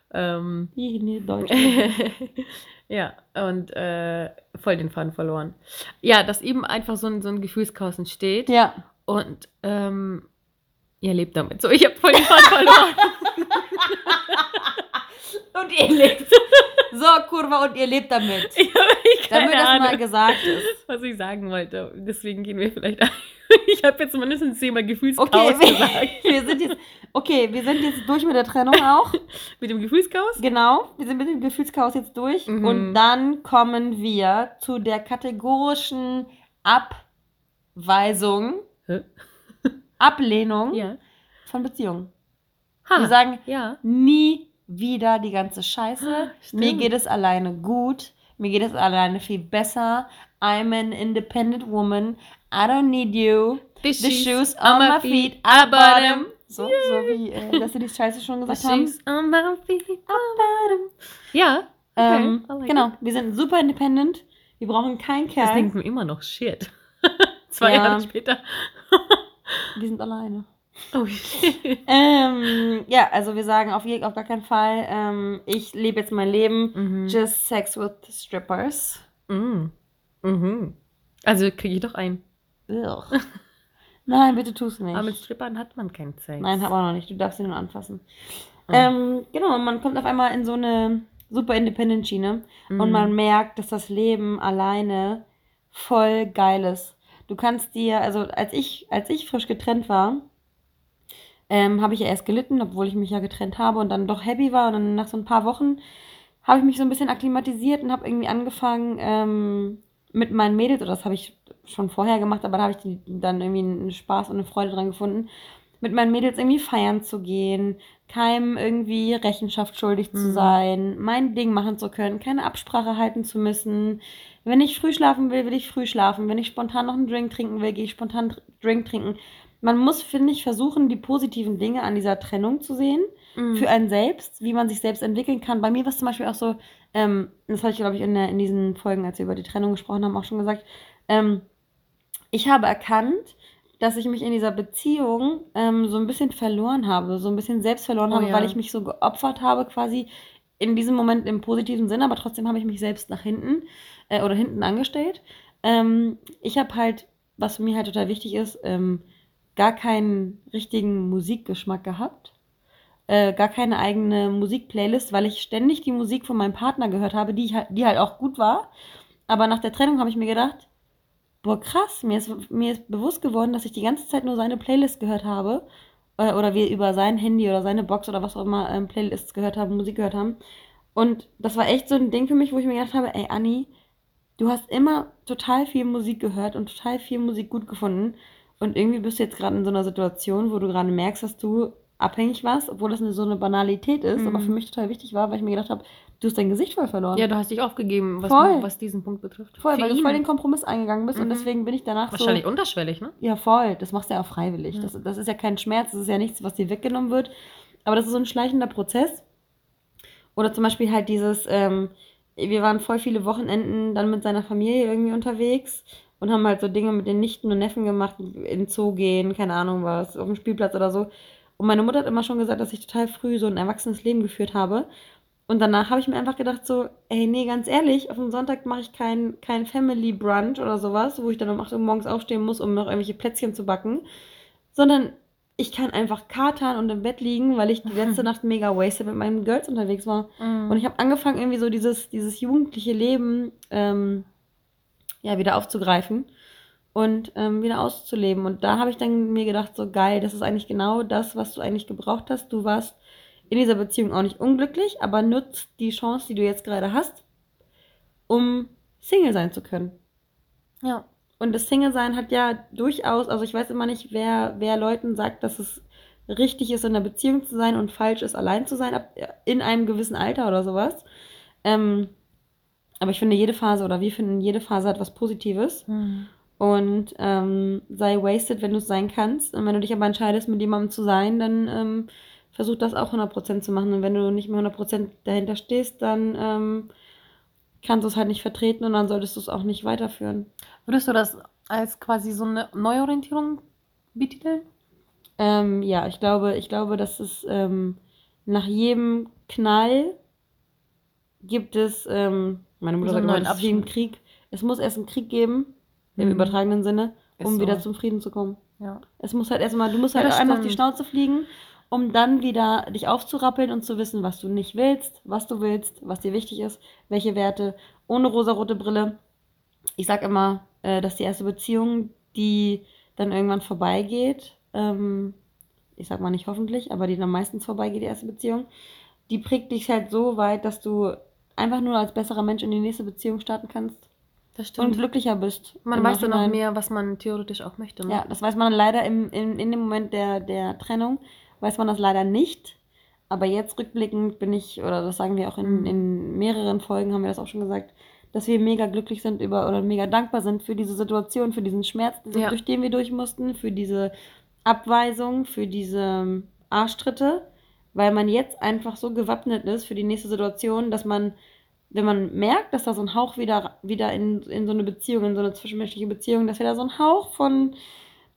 Ähm, Wie in die Deutsch. ja, und äh, voll den Faden verloren. Ja, dass eben einfach so ein, so ein Gefühlschaos entsteht. Ja. Und ähm, ihr lebt damit. So, ich habe voll den Faden verloren. Und ihr lebt. So, Kurva, und ihr lebt damit. Ich habe keine Damit das Ahnung, mal gesagt ist. was ich sagen wollte. Deswegen gehen wir vielleicht ein. Ich habe jetzt mindestens zehnmal Gefühlschaos Okay, gesagt. wir, wir sind jetzt, okay, wir sind jetzt durch mit der Trennung auch. Mit dem Gefühlschaos? Genau, wir sind mit dem Gefühlschaos jetzt durch. Mhm. Und dann kommen wir zu der kategorischen Abweisung, Hä? Ablehnung Ja. von Beziehungen. Ha. Wir sagen Ja. nie wieder die ganze Scheiße. Stimmt. Mir geht es alleine gut. Mir geht es alleine viel besser. I'm an independent woman. I don't need you. The The shoes shoes on my feet are bottom. So, so wie, äh, dass sie die Scheiße schon The gesagt haben. shoes on my feet are bottom. Ja. Ähm, okay, I like genau, it. wir sind super independent. Wir brauchen keinen Das Kerl. denken wir immer noch shit. Zwei Ja. Jahre später. Wir sind alleine. Oh. ähm, ja, also wir sagen auf, je, auf gar keinen Fall, ähm, ich lebe jetzt mein Leben, Mhm. just sex with strippers. Mhm. Mhm. Also kriege ich doch ein. Ugh. Nein, bitte tu's nicht. Aber mit Strippern hat man keinen Sex. Nein, hab auch noch nicht. Du darfst sie nur anfassen. Mhm. Ähm, genau, man kommt auf einmal in so eine super Independent-Schiene Mhm. und man merkt, dass das Leben alleine voll geil ist. Du kannst dir, also als ich, als ich frisch getrennt war, ähm, habe ich ja erst gelitten, obwohl ich mich ja getrennt habe und dann doch happy war. Und dann nach so ein paar Wochen habe ich mich so ein bisschen akklimatisiert und habe irgendwie angefangen ähm, mit meinen Mädels, oder das habe ich schon vorher gemacht, aber da habe ich die, dann irgendwie einen Spaß und eine Freude dran gefunden, mit meinen Mädels irgendwie feiern zu gehen, keinem irgendwie Rechenschaft schuldig zu Mhm. sein, mein Ding machen zu können, keine Absprache halten zu müssen. Wenn ich früh schlafen will, will ich früh schlafen. Wenn ich spontan noch einen Drink trinken will, gehe ich spontan Drink trinken. Man muss, finde ich, versuchen, die positiven Dinge an dieser Trennung zu sehen. Mhm. Für einen selbst, wie man sich selbst entwickeln kann. Bei mir war es zum Beispiel auch so, ähm, das habe ich, glaube ich, in, der, in diesen Folgen, als wir über die Trennung gesprochen haben, auch schon gesagt, ähm, ich habe erkannt, dass ich mich in dieser Beziehung ähm, so ein bisschen verloren habe, so ein bisschen selbst verloren Oh habe, ja. weil ich mich so geopfert habe quasi in diesem Moment im positiven Sinne, aber trotzdem habe ich mich selbst nach hinten äh, oder hinten angestellt. Ähm, ich habe halt, was mir halt total wichtig ist, ähm, gar keinen richtigen Musikgeschmack gehabt. Äh, gar keine eigene Musikplaylist, weil ich ständig die Musik von meinem Partner gehört habe, die, ich halt, die halt auch gut war. Aber nach der Trennung habe ich mir gedacht, boah, krass, mir ist, mir ist bewusst geworden, dass ich die ganze Zeit nur seine Playlist gehört habe. Äh, oder wir über sein Handy oder seine Box oder was auch immer ähm, Playlists gehört haben, Musik gehört haben. Und das war echt so ein Ding für mich, wo ich mir gedacht habe, ey Anni, du hast immer total viel Musik gehört und total viel Musik gut gefunden. Und irgendwie bist du jetzt gerade in so einer Situation, wo du gerade merkst, dass du abhängig warst, obwohl das eine, so eine Banalität ist, Mhm. aber für mich total wichtig war, weil ich mir gedacht habe, du hast dein Gesicht voll verloren. Ja, du hast dich aufgegeben, was, Voll. was diesen Punkt betrifft. Voll, Für weil du ihn. voll den Kompromiss eingegangen bist und Mhm. deswegen bin ich danach Wahrscheinlich so... unterschwellig, ne? Ja, voll. Das machst du ja auch freiwillig. Ja. Das, das ist ja kein Schmerz, das ist ja nichts, was dir weggenommen wird. Aber das ist so ein schleichender Prozess. Oder zum Beispiel halt dieses, ähm, wir waren voll viele Wochenenden dann mit seiner Familie irgendwie unterwegs und haben halt so Dinge mit den Nichten und Neffen gemacht, in den Zoo gehen, keine Ahnung was, auf dem Spielplatz oder so. Und meine Mutter hat immer schon gesagt, dass ich total früh so ein erwachsenes Leben geführt habe. Und danach habe ich mir einfach gedacht so, ey, nee, ganz ehrlich, auf dem Sonntag mache ich kein, kein Family Brunch oder sowas, wo ich dann um acht Uhr morgens aufstehen muss, um noch irgendwelche Plätzchen zu backen, sondern ich kann einfach katern und im Bett liegen, weil ich die letzte Nacht mega wasted mit meinen Girls unterwegs war. Mhm. Und ich habe angefangen, irgendwie so dieses, dieses jugendliche Leben ähm, ja, wieder aufzugreifen und ähm, wieder auszuleben. Und da habe ich dann mir gedacht, so geil, das ist eigentlich genau das, was du eigentlich gebraucht hast. Du warst in dieser Beziehung auch nicht unglücklich, aber nutzt die Chance, die du jetzt gerade hast, um Single sein zu können. Ja. Und das Single-Sein hat ja durchaus, also ich weiß immer nicht, wer, wer Leuten sagt, dass es richtig ist, in einer Beziehung zu sein und falsch ist, allein zu sein, ab, in einem gewissen Alter oder sowas. Ähm, aber ich finde, jede Phase, oder wir finden, jede Phase hat was Positives. Mhm. Und ähm, sei wasted, wenn du es sein kannst. Und wenn du dich aber entscheidest, mit jemandem zu sein, dann ähm, versuch das auch hundert Prozent zu machen. Und wenn du nicht mehr hundert Prozent dahinter stehst, dann ähm, kannst du es halt nicht vertreten und dann solltest du es auch nicht weiterführen. Würdest du das als quasi so eine Neuorientierung betiteln? Ähm, ja, ich glaube, ich glaube, dass es ähm, nach jedem Knall gibt es, ähm, meine Mutter So sagt einen immer, neuen das ist wie im Krieg. Es muss erst einen Krieg geben, im Mhm. übertragenen Sinne, Ist um so. wieder zum Frieden zu kommen. Ja. Es muss halt erstmal, du musst Ja, halt das einmal auf die stimmt. Schnauze fliegen, um dann wieder dich aufzurappeln und zu wissen, was du nicht willst, was du willst, was dir wichtig ist, welche Werte, ohne rosarote Brille. Ich sag immer, äh, dass die erste Beziehung, die dann irgendwann vorbeigeht, ähm, ich sag mal nicht hoffentlich, aber die dann meistens vorbeigeht, die erste Beziehung, die prägt dich halt so weit, dass du einfach nur als besserer Mensch in die nächste Beziehung starten kannst Das und stimmt. glücklicher bist. Man im weiß dann noch Nachhinein. mehr, was man theoretisch auch möchte. Ne? Ja, das weiß man leider im, in, in dem Moment der, der Trennung, weiß man das leider nicht. Aber jetzt rückblickend bin ich, oder das sagen wir auch in, Mhm. in mehreren Folgen, haben wir das auch schon gesagt, dass wir mega glücklich sind über oder mega dankbar sind für diese Situation, für diesen Schmerz, Ja. durch den wir durch mussten, für diese Abweisung, für diese Arschtritte, weil man jetzt einfach so gewappnet ist für die nächste Situation, dass man, wenn man merkt, dass da so ein Hauch wieder, wieder in, in so eine Beziehung, in so eine zwischenmenschliche Beziehung, dass wieder so ein Hauch von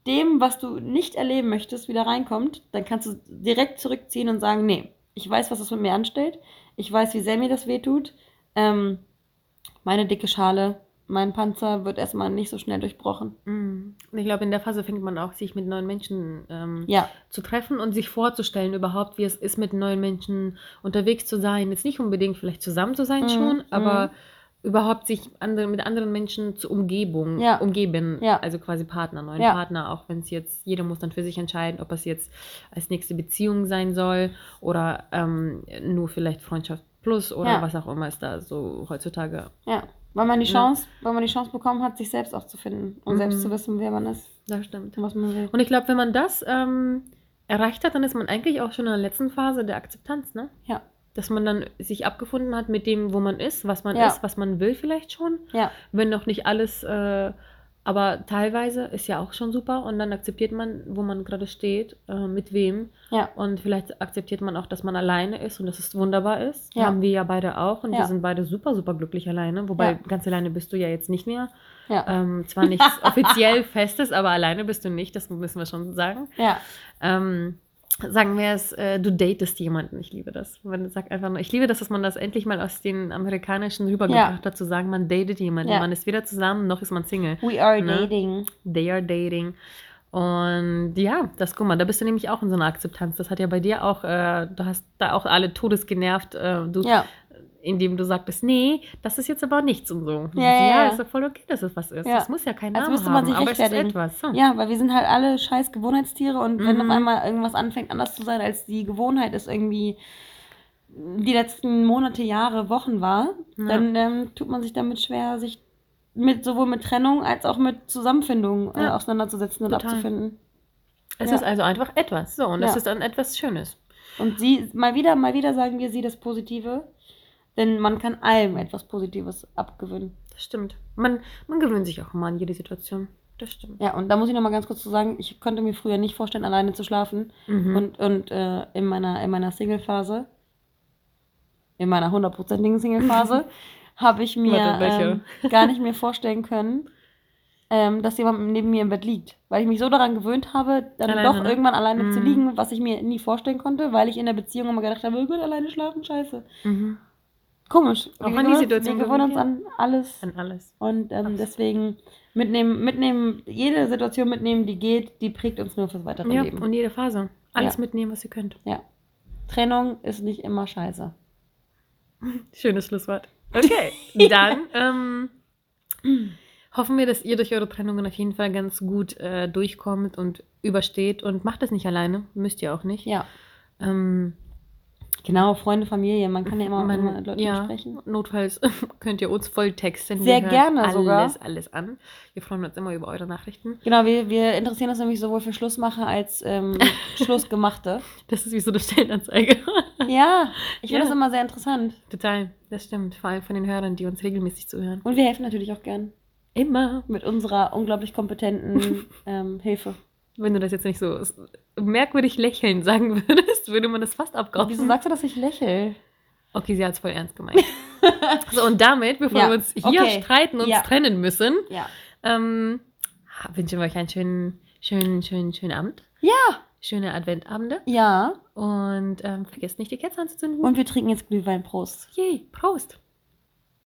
dem, was du nicht erleben möchtest, wieder reinkommt, dann kannst du direkt zurückziehen und sagen, nee, ich weiß, was das mit mir anstellt. Ich weiß, wie sehr mir das wehtut. Ähm, meine dicke Schale, mein Panzer wird erstmal nicht so schnell durchbrochen. Mhm. Ich glaube, in der Phase fängt man auch, sich mit neuen Menschen ähm, Ja. zu treffen und sich vorzustellen überhaupt, wie es ist, mit neuen Menschen unterwegs zu sein. Jetzt nicht unbedingt vielleicht zusammen zu sein Mhm. schon, aber Mhm. überhaupt sich andere, mit anderen Menschen zu Umgebung, Ja. umgeben, Ja. also quasi Partner, neuen Ja. Partner, auch wenn es jetzt, jeder muss dann für sich entscheiden, ob es jetzt als nächste Beziehung sein soll oder ähm, nur vielleicht Freundschaft plus oder Ja. was auch immer es da so heutzutage. Ja, weil man die Ja. Chance, weil man die Chance bekommen hat, sich selbst auch zu finden und Mhm. selbst zu wissen, wer man ist Das stimmt. und was man will. Und ich glaube, wenn man das ähm, erreicht hat, dann ist man eigentlich auch schon in der letzten Phase der Akzeptanz, ne? Ja, Dass man dann sich abgefunden hat mit dem, wo man ist, was man Ja. ist, was man will vielleicht schon. ja, Wenn noch nicht alles, äh, aber teilweise ist ja auch schon super und dann akzeptiert man, wo man gerade steht, äh, mit wem. ja, Und vielleicht akzeptiert man auch, dass man alleine ist und dass es wunderbar ist. Ja. Haben wir ja beide auch und Ja. wir sind beide super, super glücklich alleine. Wobei Ja. ganz alleine bist du ja jetzt nicht mehr. ja, Ähm, zwar nichts offiziell Festes, aber alleine bist du nicht, das müssen wir schon sagen. ja, Ähm, sagen wir es, äh, du datest jemanden. Ich liebe das. Man sagt einfach nur, ich liebe das, dass man das endlich mal aus den amerikanischen rübergebracht hat, zu sagen, man datet jemanden. Ja. Man ist weder zusammen, noch ist man Single. we are Ne? dating. They are dating. Und ja, das, guck mal, da bist du nämlich auch in so einer Akzeptanz. Das hat ja bei dir auch, äh, du hast da auch alle todes genervt, äh, du, Ja, indem du sagtest, nee, das ist jetzt aber nichts und so. Ja, ja, ja. ist doch voll okay, dass es was ist. Ja. Das muss ja keinen Als Namen müsste man haben, sich aber es ist rechtfertigen. etwas. So. ja, weil wir sind halt alle scheiß Gewohnheitstiere und wenn Mhm. auf einmal irgendwas anfängt anders zu sein, als die Gewohnheit es irgendwie die letzten Monate, Jahre, Wochen war, Ja. dann ähm, tut man sich damit schwer, sich mit sowohl mit Trennung als auch mit Zusammenfindung äh, Ja. auseinanderzusetzen und Total. abzufinden. Es Ja. ist also einfach etwas. So, und das Ja. ist dann etwas Schönes. Und sie, mal wieder, mal wieder sagen wir sie das Positive, denn man kann allem etwas Positives abgewinnen. Das stimmt. Man, man gewöhnt sich auch immer an jede Situation. Das stimmt. Ja, und da muss ich nochmal ganz kurz zu sagen, ich konnte mir früher nicht vorstellen, alleine zu schlafen. Mhm. Und, und äh, in meiner, in meiner Single-Phase, in meiner hundertprozentigen Single-Phase, habe ich mir Warte, welche? ähm, gar nicht mehr vorstellen können, ähm, dass jemand neben mir im Bett liegt. Weil ich mich so daran gewöhnt habe, dann Alleine, doch ne? irgendwann alleine zu Mhm. liegen, was ich mir nie vorstellen konnte, weil ich in der Beziehung immer gedacht habe, oh Gott, alleine schlafen, scheiße. Mhm. Komisch. Auch wir an die gewöhnen Situation uns, wir gewöhnen uns gewöhnt, an alles. An alles. Und ähm, Absolut. deswegen mitnehmen, mitnehmen, jede Situation mitnehmen, die geht, die prägt uns nur fürs weitere Ja, Leben. und jede Phase. Alles Ja. mitnehmen, was ihr könnt. Ja. Trennung ist nicht immer scheiße. Schönes Schlusswort. Okay, dann ähm, hoffen wir, dass ihr durch eure Trennungen auf jeden Fall ganz gut äh, durchkommt und übersteht und macht das nicht alleine. Müsst ihr auch nicht. Ja. Ähm, Genau, Freunde, Familie, man kann ja immer, man- immer mit Leuten ja, sprechen. notfalls könnt ihr uns voll texten. Sehr Wir hören gerne alles, sogar. Alles, alles an. Wir freuen uns immer über eure Nachrichten. Genau, wir, wir interessieren uns nämlich sowohl für Schlussmacher als ähm, Schlussgemachte. Das ist wie so eine Stellenanzeige. Ja, ich finde Ja. das immer sehr interessant. Total, das stimmt. Vor allem von den Hörern, die uns regelmäßig zuhören. Und wir helfen natürlich auch gern Immer. mit unserer unglaublich kompetenten ähm, Hilfe. Wenn du das jetzt nicht so s- merkwürdig lächeln sagen würdest, würde man das fast abkaufen. Wieso sagst du, dass ich lächle? Okay, sie hat es voll ernst gemeint. So, und damit, bevor Ja, wir uns hier okay. streiten und Ja. trennen müssen, Ja. ähm, wünschen wir euch einen schönen, schönen, schönen, schönen Abend. Ja. Schöne Adventabende. Ja. Und ähm, vergesst nicht, die Kerze anzuzünden. Und wir trinken jetzt Glühwein. Prost. Yay, Prost!